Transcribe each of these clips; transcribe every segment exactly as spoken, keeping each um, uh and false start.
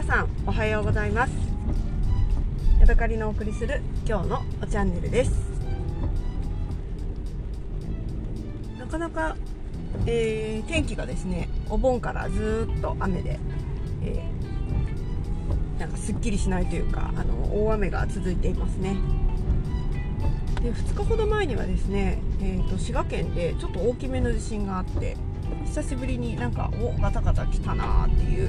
皆さんおはようございます。ヤドカリのお送りする今日のおチャンネルです。なかなか、えー、天気がですね、お盆からずっと雨で、えー、なんかすっきりしないというか、あの大雨が続いていますね。でふつかほど前にはですね、えーと、滋賀県でちょっと大きめの地震があって、久しぶりになんかおガタガタ来たなーっていう、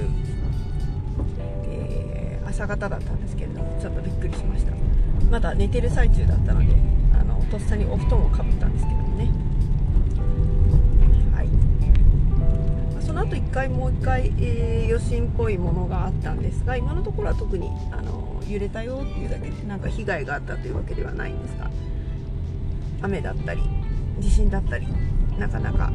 えー、朝方だったんですけれども、ちょっとびっくりしました。まだ寝てる最中だったので、あのとっさにお布団をかぶったんですけどもね。はい、その後一回もう一回、えー、余震っぽいものがあったんですが、今のところは特にあの揺れたよっていうだけでなんか被害があったというわけではないんですが、雨だったり地震だったり、なかなか、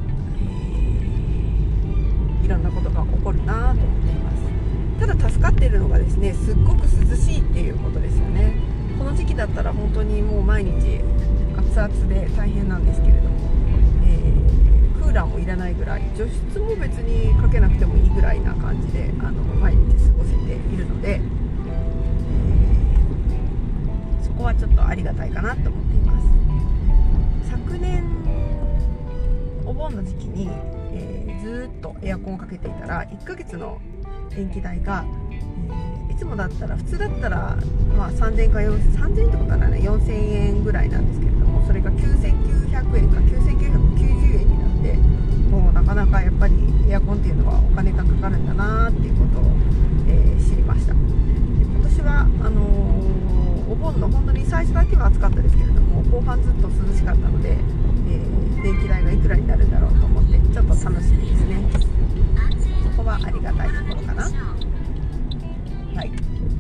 えー、いろんなことが起こるなと思っています。ただ助かっているのがですね、すっごく涼しいっていうことですよね。この時期だったら本当にもう毎日熱々で大変なんですけれども、えー、クーラーもいらないぐらい、除湿も別にかけなくてもいいぐらいな感じで、あの毎日過ごせているので、えー、そこはちょっとありがたいかなと思っています。昨年お盆の時期に、えー、ずーっとエアコンをかけていたら、いっかげつの電気代が、えー、いつもだったら普通だったら、まあ、さんぜんえんかよんせんえん、さんぜんえんってことはないな、よんせんえんぐらいなんですけれども、それがきゅうせんきゅうひゃくえんかきゅうせんきゅうひゃくきゅうじゅうえんになって、もうなかなかやっぱりエアコンっていうのはお金がかかるんだなっていうことを、えー、知りました。で今年はあのー、お盆の本当に最初だけは暑かったですけれども、後半ずっと涼しかったので、えー、電気代がいくらになるんだろうと思ってちょっと楽しみですね。そこはありがたいところかな。はい。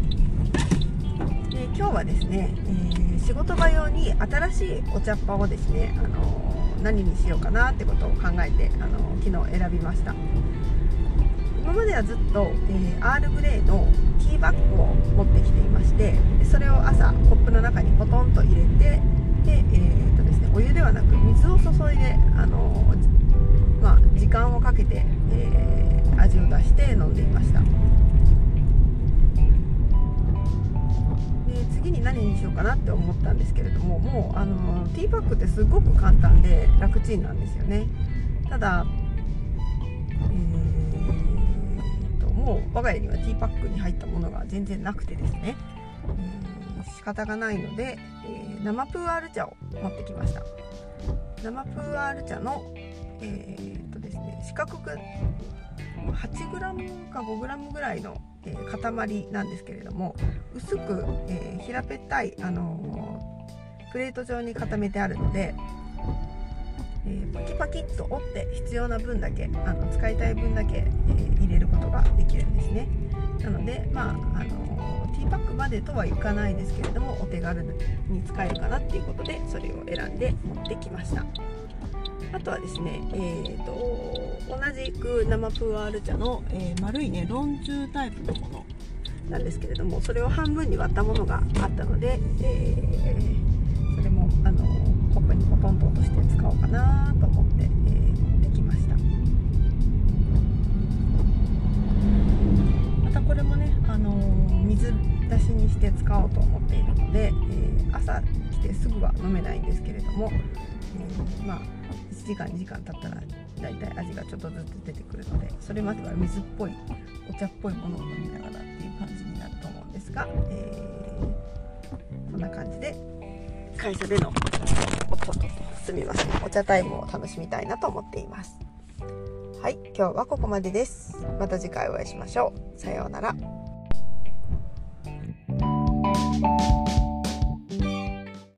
で今日はですね、えー、仕事場用に新しいお茶っ葉をですね、あのー、何にしようかなってことを考えて、あのー、昨日選びました。今まではずっと、えー、アールグレイのティーバッグを持ってきていまして、それを朝コップの中にポトンと入れて、で、えーとですね、お湯ではなく水を注いで、あのーまあ、時間をかけて、えー、味を出して飲んでいました。で次に何にしようかなって思ったんですけれども、もう、あのー、ティーバッグってすごく簡単で楽ちんなんですよね。ただ、えーともう我が家にはティーパックに入ったものが全然なくてですね、えー、仕方がないので、えー、生プーアール茶を持ってきました。生プーアール茶の、えーとですね、四角く はちグラム か ごグラム ぐらいの、えー、塊なんですけれども、薄く、えー、平べったい、あのー、プレート状に固めてあるので、えー、パキパキっと折って必要な分だけ、あの使いたい分だけ、えー、入れることができるんですね。なので、まああのー、ティーパックまでとはいかないですけれども、お手軽に使えるかなっていうことで、それを選んで持ってきました。あとはですね、えー、と同じく生プーアール茶の、えー、丸いねロンジュータイプのものなんですけれども、それを半分に割ったものがあったので、えー、それもあのコップにポトンと落として使おうかなと思って、えー、持ってきました。またこれもね、あのー、水出しにして使おうと思っているので、えー、朝来てすぐは飲めないんですけれども、えー、まあいちじかんにじかん経ったらだいたい味がちょっとずつ出てくるので、それまでは水っぽいお茶っぽいものを飲みながらっていう感じになると思うんですが、えー、こんな感じで会社でのおっとっとすみませんお茶タイムを楽しみたいなと思っています。はい、今日はここまでです。また次回お会いしましょう。さようなら。